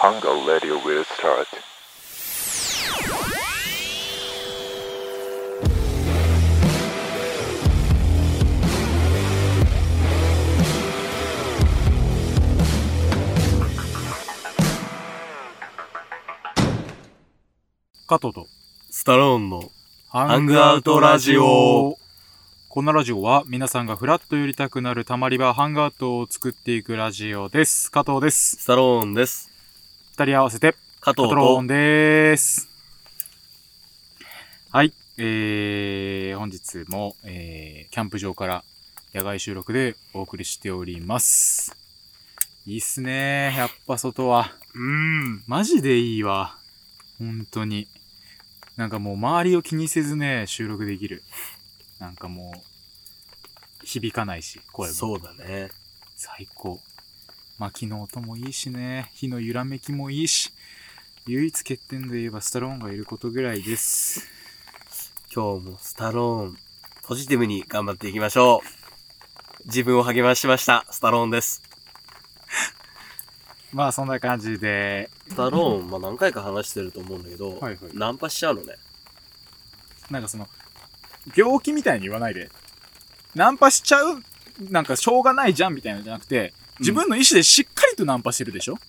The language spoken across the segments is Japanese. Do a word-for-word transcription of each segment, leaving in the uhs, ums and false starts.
Hunger Radio will start. 加藤とスタローンのハングアウトラジオ。このラジオは皆さんがフラッと寄りたくなるたまり場ハングアウトを作っていくラジオです。加藤です。 スタローンです。 二人合わせて加藤とカトローンです。はい、えー、本日も、えー、キャンプ場から野外収録でお送りしております。いいっすねー、やっぱ外は。うーん、マジでいいわ。本当に。なんかもう周りを気にせずね、収録できる。なんかもう、響かないし、声も。 そうだね。 最高。薪の音もいいしね、火の揺らめきもいいし、唯一欠点で言えばスタローンがいることぐらいです。 今日もスタローン、ポジティブに頑張っていきましょう。自分を励ましました、スタローンです。 まあそんな感じで。 スタローン、まあ何回か話してると思うんだけど、はいはい、ナンパしちゃうのね。 なんかその、病気みたいに言わないで。ナンパしちゃう、なんかしょうがないじゃんみたいなのじゃなくて、自分の意思でしっかりとナンパしてるでしょ、うん、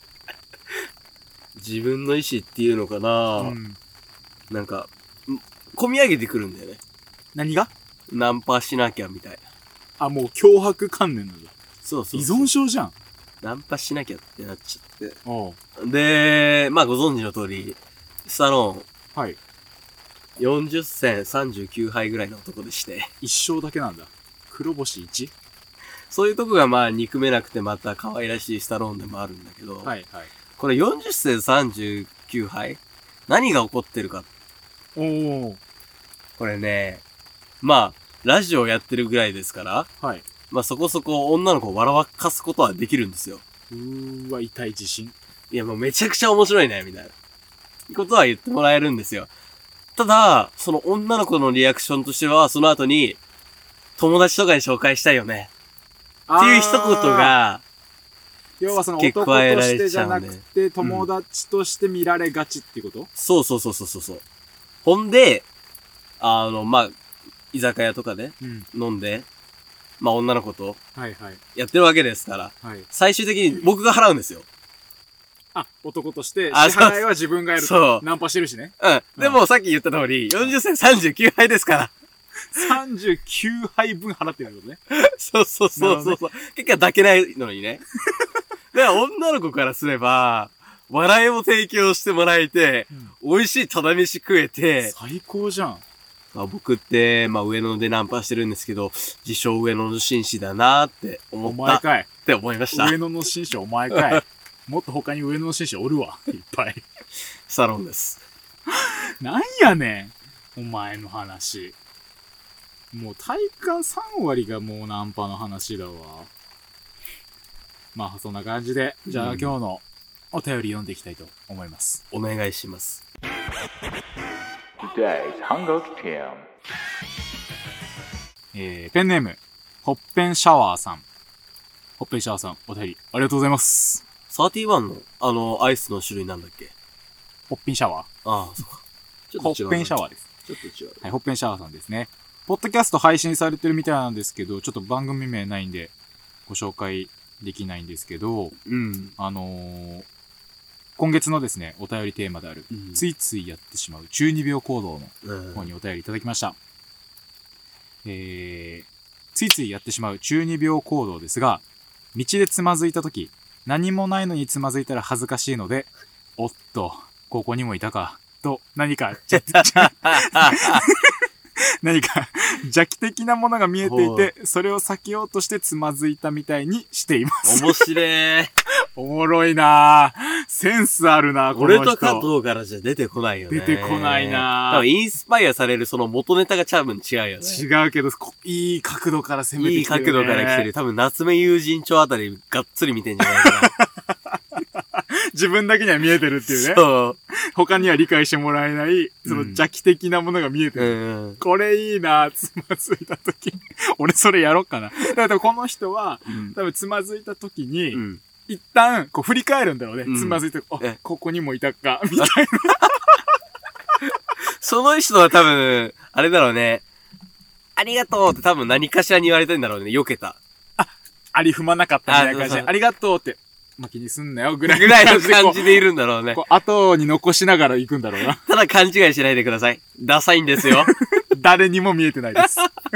自分の意思っていうのかな、うん、なんか、込み上げてくるんだよね。 何が？ ナンパしなきゃみたいな。 あ、もう脅迫観念なんだ。 そうそうそう。依存症じゃん。 ナンパしなきゃってなっちゃって。おうで、まあご存知の通り、スタローン。はい。よんじゅっ戦さんじゅうきゅうはいぐらいの男でして。 一勝だけなんだ。黒星 いち？ そういうとこがまあ憎めなくてまた可愛らしいスタローンでもあるんだけど。はいはい。これよんじゅっ戦さんじゅうきゅうはい何が起こってるか。おお。これね、まあ、ラジオやってるぐらいですから。はい。まあそこそこ女の子を笑わかすことはできるんですよ。 うーわ、痛い自信。 いやもうめちゃくちゃ面白いね、みたいな。ことは言ってもらえるんですよ。ただ、その女の子のリアクションとしては、その後に、友達とかに紹介したいよね。っていう一言が、 要はその男としてじゃなくて、友達として見られがちっていうこと、うん、 そうそうそうそうそう。ほんで、あの、まあ、居酒屋とかで、飲んで、まあ女の子と、やってるわけですから、はいはい、最終的に僕が払うんですよ。 あ、男として、支払いは自分がやると。ナンパしてるしね。 うん。でもさっき言った通り、よんじゅっ戦さんじゅうきゅうはいですから。 さんじゅうきゅうはいぶん払ってるってことね。 そうそうそうそう、ね。結果抱けないのにね。だから女の子からすれば、笑いも提供してもらえて、うん、美味しいただ飯食えて。 最高じゃん。 まあ、僕って、まあ上野でナンパしてるんですけど、自称上野の紳士だなーって思った。お前かい。って思いました。 上野の紳士お前かい。もっと他に上野の紳士おるわ。いっぱい。 サロンです。 なんやねん。お前の話。もう体感さんわりがもうナンパの話だわ。まあそんな感じで、じゃあ、うん、今日のお便り読んでいきたいと思います。 お願いします。 Today's Hunger Team、 えー、ペンネームほっぺんシャワーさん。ほっぺんシャワーさん、お便りありがとうございます。 サーティワンのあのアイスの種類なんだっけ？ ほっぺんシャワー。 ああ、そうか。 ちょっと違う。ほっぺんシャワーです。 ちょっと違う。 はい、ほっぺんシャワーさんですね。ポッドキャスト配信されてるみたいなんですけど、ちょっと番組名ないんでご紹介できないんですけど、うん、あのー。今月のですね、お便りテーマである、うん、ついついやってしまう中二病行動の方にお便りいただきました。うん、えー、ついついやってしまう中二病行動ですが、道でつまずいたとき、何もないのにつまずいたら恥ずかしいので、おっと、ここにもいたか、と何か、何か邪気的なものが見えていて、それを避けようとしてつまずいたみたいにしています。 面白い。 おもろいなぁ。センスあるなぁ、この人。 俺と加藤からじゃ出てこないよね。 出てこないなぁ。 多分インスパイアされるその元ネタが多分違うよね。 違うけど、いい角度から攻めてきてる、ね。 いい角度から来てる。多分夏目友人帳あたりがっつり見てんじゃないかな。 自分だけには見えてるっていうね。 そう。 他には理解してもらえない、その邪気的なものが見えてる。うん、これいいな、つまずいた時に。俺それやろっかな。だからこの人は、うん、多分つまずいた時に、うん、 一旦、こう振り返るんだろうね。 うんつまずいて、あ、ここにもいたか、みたいな。 その人は多分、あれだろうね。ありがとうって多分何かしらに言われてんだろうね。避けた。 あり踏まなかったみたいな感じで、 あそうそうありがとうって、まあ、気にすんなよ、ぐらいぐらいのこう感じでいるんだろうねこ。う後に残しながら行くんだろうな。 ただ勘違いしないでください。ダサいんですよ。 誰にも見えてないです。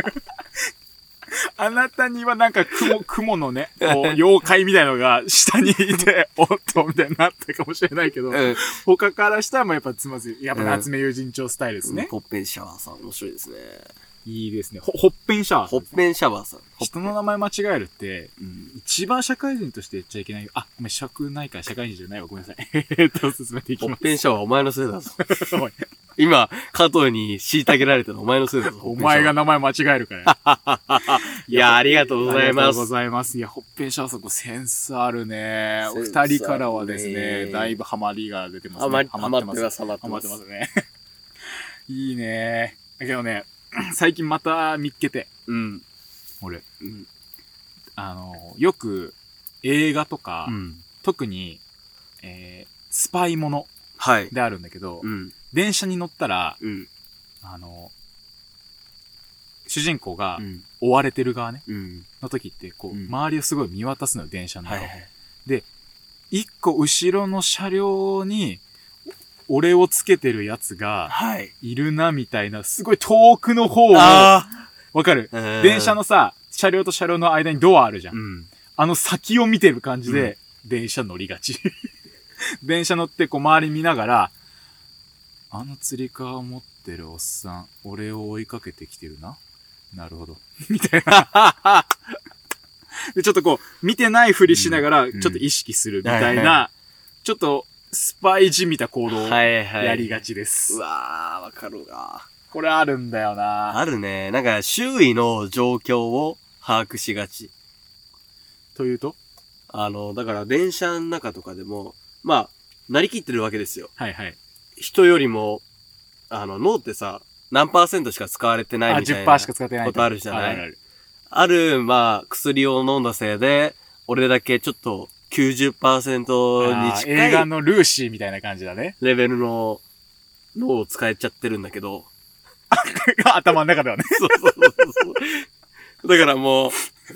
あなたにはなんか雲、雲のね、こう妖怪みたいのが下にいて、おっと、みたいになったかもしれないけど、 うん。 他からしたらもうやっぱつまずい。やっぱ夏目友人帳スタイルですね。 ほっぺんシャワーさん面白いですね。 いいですね。ほ、ほっぺんシャワー。 ほっぺんシャワーさん。 人の名前間違えるって、 うん、 一番社会人として言っちゃいけない。あ、ごめん、尺ないから社会人じゃないわ。ごめんなさい。えっと、進めていきほます。 っぺんシャワーお前のせいだぞ。 おい今、加藤に虐げられたのお前のせいだぞ。 お前が名前間違えるから。 いや、ありがとうございありがとうごます。 ざいます。いや、ほっぺんシャワーさん、こうセンスあるね。おセンスあるね二人からはですね、だいぶハマりが出てますね。 ハマりハマってます。 ハマってますハマってハマますってますね。いいね。だけどね、最近また見っけて、 うん。 俺、 うん。 あの、よく映画とか、 うん。 特に、えー、スパイものはい。 であるんだけど、 うん。 電車に乗ったら、 うん。 あの、主人公がうん。 追われてる側ね、 うん。 の時って、こう、 うん周りをすごい見渡すのよ、電車の中を。 はいはい。 で、一個後ろの車両に、俺をつけてるやつが、 はい。 いるな、みたいな、すごい遠くの方を、 あわかるあ。 電車のさ、車両と車両の間にドアあるじゃん。 うん。 あの先を見てる感じで、電車乗りがち。電車乗ってこう周り見ながら、あの釣り革持ってるおっさん、俺を追いかけてきてるな。なるほど。みたいな。で、ちょっとこう、見てないふりしながら、ちょっと意識するみたいはいはな、ちょっと、スパイじみた行動をはいはい。 やりがちです。 うわー、わかるわ。 これあるんだよな。 あるね。なんか、周囲の状況を把握しがち。 というとあの、だから電車の中とかでも、まあ、なりきってるわけですよ。 はいはい。 人よりも、あの、脳ってさ、何パーセントしか使われてないあ、 みたいじゅっパーセントしなか使ってない。 ことあるじゃないあるあるある、まあ、薬を飲んだせいで、俺だけちょっときゅうじゅっパーセントにあー映画近いのルーシーみたいな感じだね。 レベルの脳を使えちゃってるんだけど。 頭の中ではね。 そうそうそうそう。だからもう、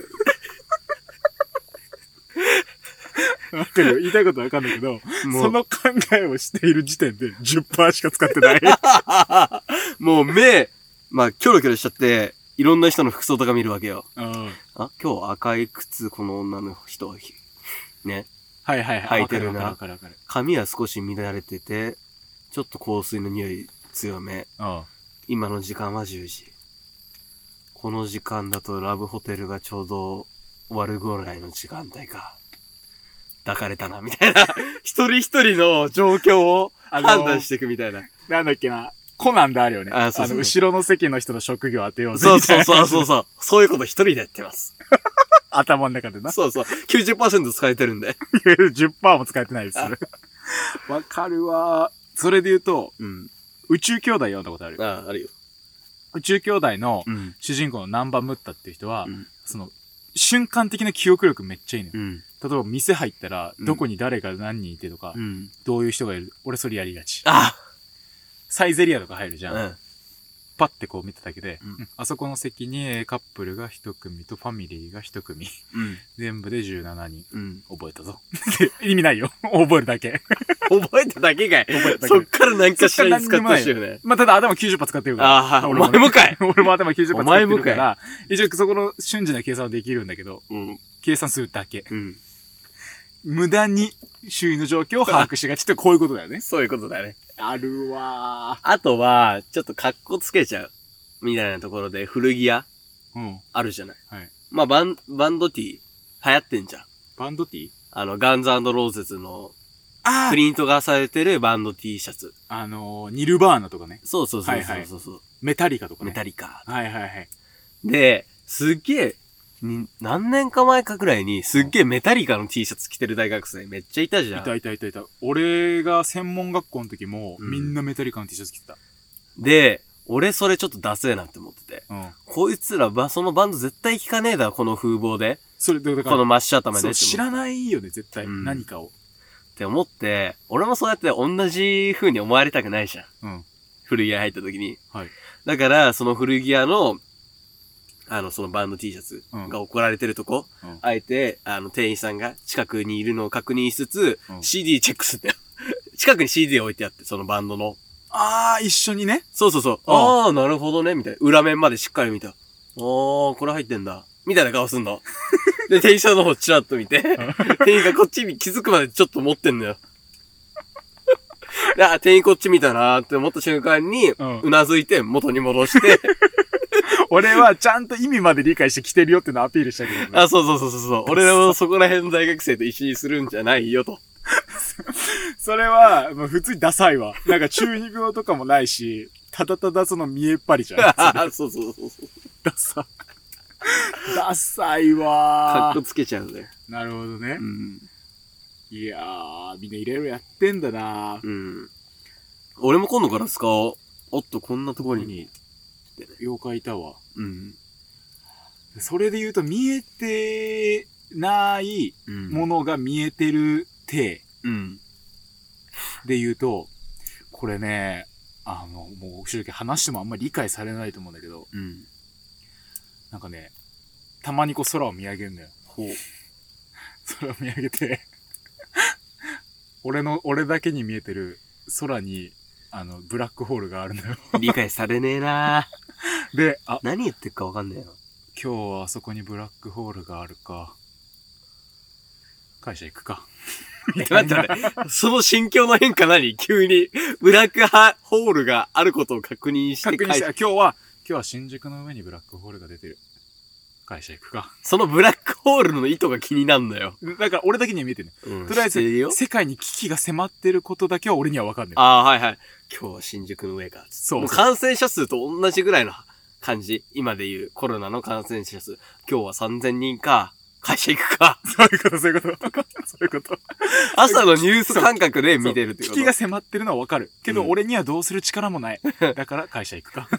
わかるよ。言いたいことわかんないけど、 もうその考えをしている時点で じゅっパーセント しか使ってない。 もう目、まあ、キョロキョロしちゃって、いろんな人の服装とか見るわけよ。 うん。 あ、今日赤い靴、この女の人、ね。 はいはいはい。 履いてるなわかるわかる髪は少し乱れてて、ちょっと香水の匂い強め。 わかる。 今の時間はじゅうじ。この時間だとラブホテルがちょうど終わるぐらいの時間帯か。抱かれたな、みたいな。一人一人の状況をあのー判断していくみたいな。 なんだっけな。コナンであるよね。 あそうそうの、後ろの席の人の職業当てようぜ。 そうそうそうう。 そうそう。そういうこと一人でやってます。 頭の中でな。 そうそう。きゅうじゅっパーセント 使えてるんで。 じゅっパーセント も使えてないです。わかるわ。それで言うと、 うん。 宇宙兄弟読んだことある。 ああ、あるよ。 宇宙兄弟のうん。 主人公のナンバムッタっていう人は、 うん。 その、瞬間的な記憶力めっちゃいいのよ。 うん。 例えば店入ったら、 うんどこに誰が何人いてとか、 うん。 どういう人がいる。俺それやりがち。 あサイゼリアとか入るじゃん。 うん。 パッてこう見ただけで、 うんうんあそこの席にえーカップルが一組とファミリーが一組。 うん。 全部でじゅうななにん。 うん。 覚えたぞ。意味ないよ。覚えるだけ。 覚えただけかい。 覚えただけそっから何かしらに使ってほしいよね。 まあ、ただ頭きゅうじゅっパーセント使ってるから。 ああ、お俺も前もかい。 俺も頭きゅうじゅっパーセント使ってるかお前ら、一応そこの瞬時な計算はできるんだけど、 うん。 計算するだけ。 うん。 無駄に周囲の状況を把握しがちってこういうことだよね。 そういうことだね。 あるわあとは、ちょっと格好つけちゃう。みたいなところで古着屋ー。うん。 あるじゃない。 はい。 まあ、バン、バンドティー流行ってんじゃん。 バンドティーあの、ガンズローゼズのあプリントがされてるバンド T シャツ。 あのー、ニルバーナとかね。 そうそうそうはいはいそうそうそう、 メタリカとかね。 メタリカ。 はいはいはい。 で、すっげえ、に何年か前かくらいにすっげえメタリカの T シャツ着てる大学生めっちゃいたじゃん。 いたいたいたいた。俺が専門学校の時も、 うんみんなメタリカの T シャツ着てた。 で、 俺それちょっとダセーなって思ってて。 うん。 こいつら、ば、そのバンド絶対聴かねえだろ、この風貌で。 それ、だから、 このマッシュ頭で。 知らないよね、絶対。うん、何かを。 って思って、俺もそうやって同じ風に思われたくないじゃん。 うん。 古着屋入った時に。 はい。 だから、その古着屋の、あの、そのバンド T シャツが怒られてるとこ、うん、あえて、あの、店員さんが近くにいるのを確認しつつ、うん、シーディー チェックするんだよ。近くに シーディー 置いてあって、そのバンドの。 あー、一緒にね。 そうそうそう。あー、なるほどね、みたいな。裏面までしっかり見た。あー、これ入ってんだ。みたいな顔すんの。で、店員さんの方チラッと見て、店員がこっちに気づくまでちょっと持ってんのよ。で、あ、店員こっち見たなーって思った瞬間に、うん、うなずいて元に戻して、 俺はちゃんと意味まで理解してきてるよってのアピールしたけどね。 あ、そうそうそうそうそう。俺もそこら辺の大学生と一緒にするんじゃないよと。 それは、まあ、普通にダサいわ。なんか中二病とかもないし、ただただその見えっ張りじゃん。 そうそうそうそう。 ダサ。ダサいわー。 かっこつけちゃうね。 なるほどね。 うん。 いやー、みんないろいろやってんだなー。 うん。俺も今度から使おう。おっと、こんなところに。 妖怪いたわ。 うん。 それで言うと、見えてないものが見えてる体。 うん。 で言うと、これね、あの、もう正直話してもあんまり理解されないと思うんだけど、 うん。 なんかね、たまにこう空を見上げるんだよ。 ほう。 空を見上げて、俺の、俺だけに見えてる空に、あの、ブラックホールがあるんだよ。 理解されねえなー。で、あ、 何言ってるかわかんねえよ。 今日はあそこにブラックホールがあるか。会社行くか。 待って待って。その心境の変化何急に、ブラックホールがあることを確認して確認して、今日は、今日は新宿の上にブラックホールが出てる。会社行くか。 そのブラックホールの意図が気になるんだよ。 だから俺だけには見えてるね。うん、とりあえず、世界に危機が迫ってることだけは俺には分かんない。 ああ、はいはい。今日は新宿の上か。そう。もう感染者数と同じぐらいの感じ。今で言うコロナの感染者数。今日はさんぜんにんか。会社行くか。 そういうこと、そういうこと。そういうこと。 朝のニュース感覚で見てるってこと。 危機が迫ってるのはわかる。けど、うん、俺にはどうする力もない。だから会社行くか。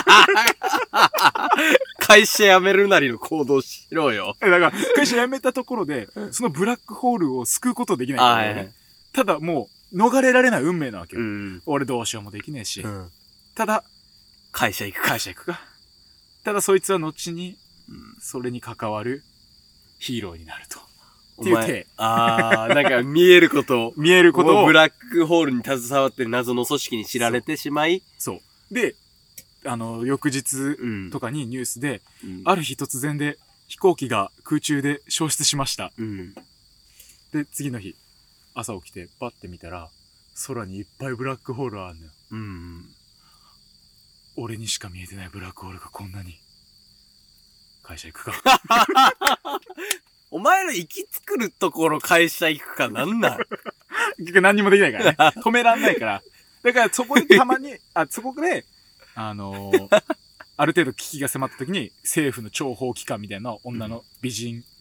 会社辞めるなりの行動しろよ。 だから、会社辞めたところで、そのブラックホールを救うことできないからね。はいはい、ただもう、逃れられない運命なわけよ。うん、俺どうしようもできねえし。うん、ただ、 会社行くか。 会社行くか。ただそいつは後に、それに関わる、ヒーローになると。っていう体。 あー、なんか見えることを。 見えることを。 ブラックホールに携わってる謎の組織に知られてしまい。 そう。そうで、あの、翌日とかにニュースで、うん、ある日突然で飛行機が空中で消失しました。うん、で、次の日、朝起きてパッて見たら、空にいっぱいブラックホールあるのよ。うん、俺にしか見えてないブラックホールがこんなに。会社行くか。 お前の行き作るところ会社行くかなんなん結局何にもできないからね。止めらんないから。だからそこでたまに、あ、そこで、あのー、ある程度危機が迫った時に政府の諜報機関みたいな女の美人、うん、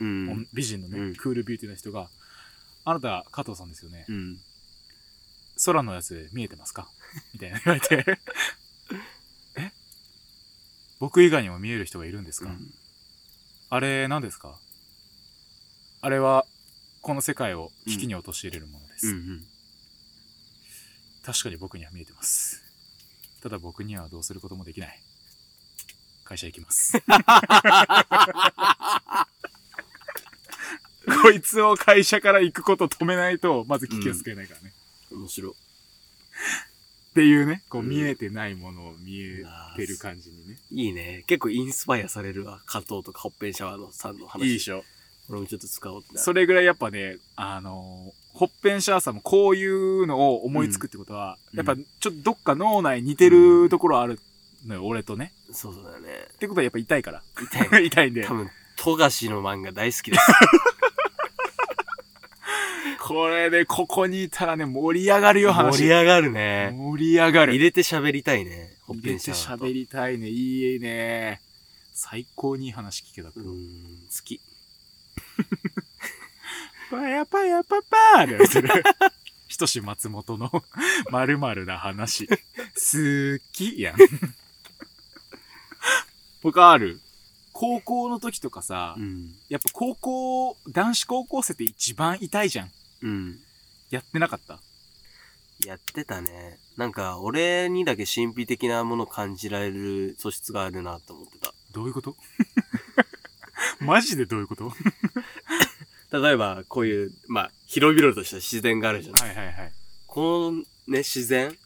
美人のね、うん、クールビューティーな人が、あなた加藤さんですよね。うん、空のやつ見えてますかみたいな言われて。え僕以外にも見える人がいるんですか、うん、あれ何ですか？あれはこの世界を危機に陥れるものです、うんうんうん、確かに僕には見えてます。ただ僕にはどうすることもできない。会社行きますこいつを会社から行くこと止めないとまず危機を救えないからね、 うん、面白いっていうね、こう見えてないものを見えてる感じにね、 いいね。結構インスパイアされるわ。加藤とかホッペンシャワーのさんの話。 いいでしょ。 俺もちょっと使おうって。 それぐらいやっぱね、あのー、ホッペンシャワーさんもこういうのを思いつくってことは、うん、やっぱちょっとどっか脳内似てるところあるのよ、うん、俺とね。 そうそうだよね。 ってことはやっぱ痛いから。 痛い。 痛いんで。 多分、富樫の漫画大好きです。 これで、ここにいたらね、盛り上がるよ、話。 盛り上がるね。 盛り上がる。 入れて喋りたいね。ホッペンシャワー。 入れて喋りたいね。いいね。最高にいい話聞けた。うーん、好き。 パヤパヤパパーでする。ひとし松本の〇〇な話。好きやん。 他ある？高校の時とかさ、 うん、 やっぱ高校、男子高校生って一番痛いじゃん。 うん。 やってなかった？ やってたね。なんか、俺にだけ神秘的なものを感じられる素質があるなと思ってた。 どういうこと？マジでどういうこと？ 例えば、こういう、まあ、広々とした自然があるじゃん。 はいはいはい。 このね、自然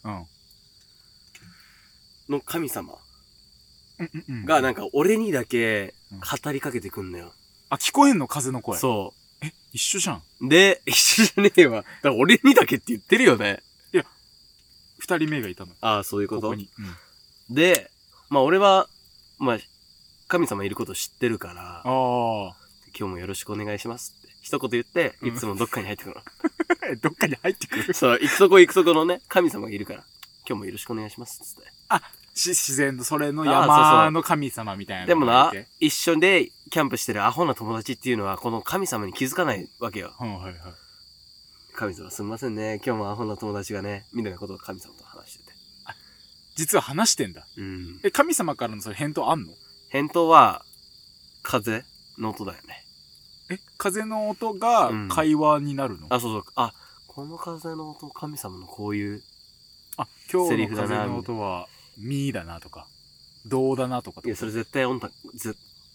の神様が、なんか、俺にだけ語りかけてくんのよ。 あ、聞こえんの？風の声。 そう。 え、一緒じゃん。 で、一緒じゃねえわ。だから俺にだけって言ってるよね。 いや、二人目がいたの。 ああ、そういうこと。 ここに。 うん、で、まあ俺は、まあ、神様いること知ってるから、あ今日もよろしくお願いしますって一言言って、いつもどっかに入ってくるの。 うん、どっかに入ってくるそう、行くそこ行くそこのね、神様がいるから、今日もよろしくお願いしますっつって。 あ、し自然の、それの山の神様みたいな。 でもな、一緒でキャンプしてるアホな友達っていうのは、この神様に気づかないわけよ。 はいはいはい。 神様すみませんね、今日もアホな友達がね、みたいなことを神様と話してて。 あ、実は話してんだ。 うん。 え、神様からのそれ返答あんの？ 返答は、風の音だよね。 え、風の音が会話になるの？ うん、あ、そうそう。あ、この風の音、神様のこういう。 あ、今日の風の音は、ミーだなとか、どうだなとかとか。 いや、それ絶対音感、ぜ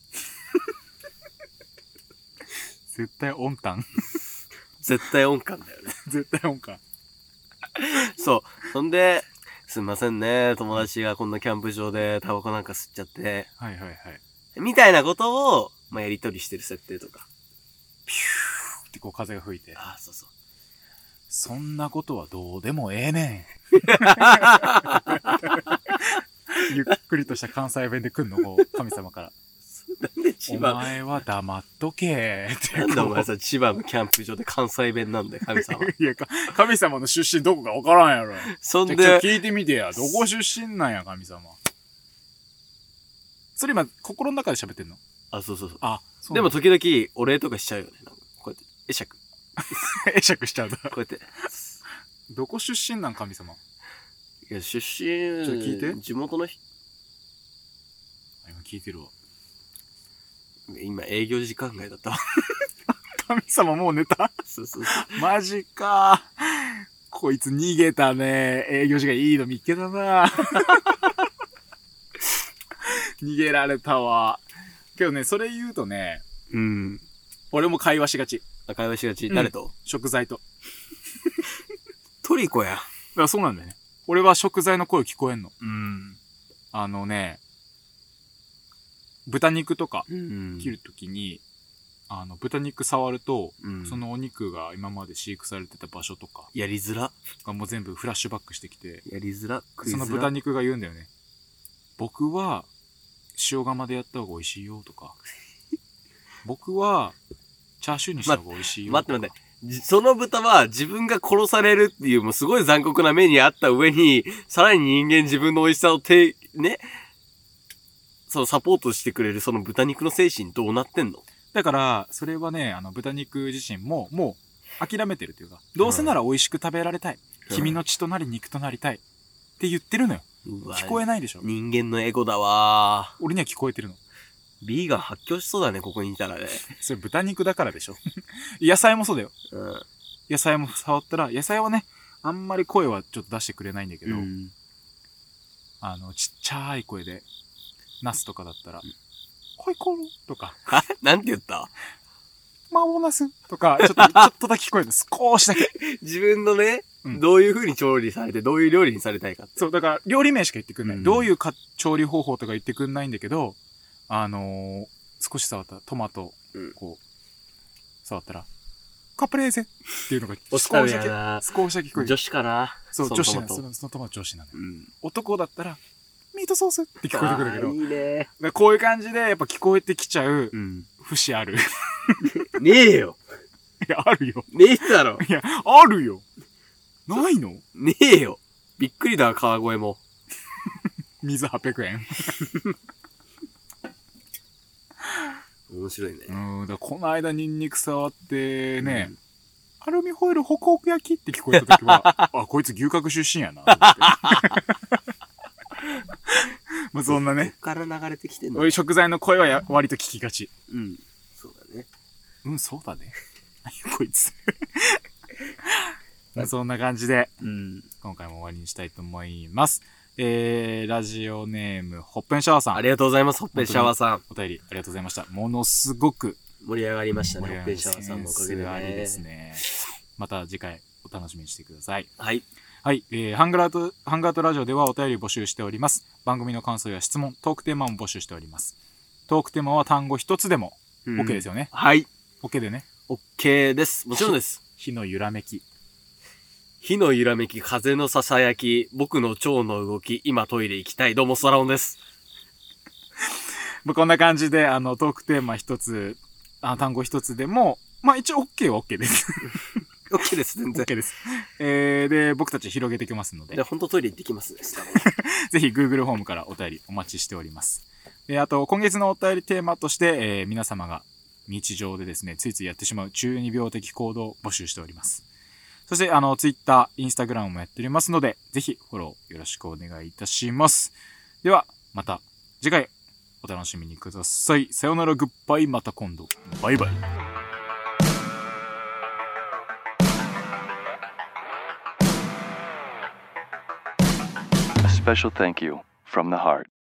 絶対音感絶対音感だよね。 絶対音感。 そう。そんで、すみませんね、友達がこんなキャンプ場でタバコなんか吸っちゃって。 はいはいはい。 みたいなことを、まあ、やりとりしてる設定とか。 ピューってこう風が吹いて。 ああ、そうそう。 そんなことはどうでもええねん。ゆっくりとした関西弁で来んの、こう、神様から。 なんで千葉お前は黙っとけーって。 なんでお前さ、千葉のキャンプ場で関西弁なんだよ、神様。 いや、神様の出身どこかわからんやろ。 そんで。 ちょっと聞いてみてや。どこ出身なんや、神様。それ今、心の中で喋ってんの？ あ、そうそうそう。 あ、 そうでも時々、お礼とかしちゃうよね。なんかこうやって、会釈。 会釈しちゃうんだ。 こうやって。 どこ出身なん、神様？ いや、出身、ちょっと聞いて。 地元の人。 今聞いてるわ。 今、営業時間外だったわ。 神様もう寝た？ そうそうそう。 マジか。こいつ逃げたね。営業時間いいの見っけたな。逃げられたわ。けどね、それ言うとね、 うん。 俺も会話しがち。 あ、会話しがち。誰と？ 食材と。 トリコや。 だからそうなんだよね。俺は食材の声聞こえんの。 うん。 あのね、豚肉とかうん、 切るときに、あの、豚肉触ると、 うん、 そのお肉が今まで飼育されてた場所とか。 やりづら。 がもう全部フラッシュバックしてきて。 やりづら。食いづら。 その豚肉が言うんだよね。僕は、塩釜でやった方が美味しいよとか。僕は、チャーシューにした方が美味しいよとか。 待って待って。その豚は自分が殺されるっていうもうすごい残酷な目にあった上に、さらに人間自分の美味しさをて、ね、そのサポートしてくれるその豚肉の精神どうなってんの？ だから、それはね、あの、豚肉自身も、もう、諦めてるというか、どうせなら美味しく食べられたい。うん、君の血となり肉となりたい。って言ってるのよ。聞こえないでしょ？ 人間のエゴだわー。 俺には聞こえてるの。 ビーガン発狂しそうだね、ここにいたらね。 それ豚肉だからでしょ？野菜もそうだよ。 うん。 野菜も触ったら、野菜はね、あんまり声はちょっと出してくれないんだけど、うん、あの、ちっちゃい声で、ナスとかだったら、ホイコールとか。 はなんて言った？ マモナスとか、ちょっと、ちょっとだけ聞こえるの。少しだけ。 自分のね、うん、どういう風に調理されて、どういう料理にされたいかって。 そう、だから、料理名しか言ってくんない。うん、どういうか調理方法とか言ってくんないんだけど、あのー、少し触ったトマト、うん、こう、触ったら、カプレーゼっていうのが少しだけ、少しだけ聞こえる。 女子かな？ そう、女子なの。その、そのトマト女子なのよ。うん、男だったら、ミートソースって聞こえてくるけど。 いいね。 だこういう感じで、やっぱ聞こえてきちゃう、節ある。 ねえよ。 いや、あるよ。 ねえだろ。 いや、あるよ。ないの？ ねえよ。びっくりだ、川越も。 水はっぴゃくえん。 面白いね。 うん、だこの間ニンニク触ってね、うん、アルミホイルホクホク焼きって聞こえたときは、あ、こいつ牛角出身やな。 もうそんなね。 こっから流れてきてんの。 俺食材の声はや割と聞きがち。 うん。そうだね。 うん、そうだね。こいつ。まあ、そんな感じで、うん、今回も終わりにしたいと思います。えー、ラジオネーム、ホッペンシャワーさん。 ありがとうございます、ホッペンシャワーさん。 お便りありがとうございました。ものすごく盛り上がりましたね、ホッペンシャワーさんのおかげでね。 ありですね。また次回お楽しみにしてください。 はい。 はい、えー、ハングラート、ハンガートラジオではお便り募集しております。番組の感想や質問、トークテーマも募集しております。トークテーマは単語一つでも OK ですよね。 うん、はい。 OK でね。 OK です。もちろんです。 火の揺らめき。 火の揺らめき、風のささやき、僕の腸の動き、今トイレ行きたい。どうも、スタローンです。 こんな感じで、あの、トークテーマ一つ、あ単語一つでも、まあ一応 OK は OK です。 OK です、全然。 OK です。えー、で、僕たち広げてきますので。 で、ほんとトイレ行ってきますね、スタローン。ぜひ Google フォームからお便りお待ちしております。で、あと、今月のお便りテーマとして、えー、皆様が日常でですね、ついついやってしまう中二病的行動を募集しております。そして、あの、Twitter、Instagram もやっておりますので、ぜひフォローよろしくお願いいたします。では、また次回お楽しみにください。さよなら、グッバイ、また今度。バイバイ。 A special thank you from the heart.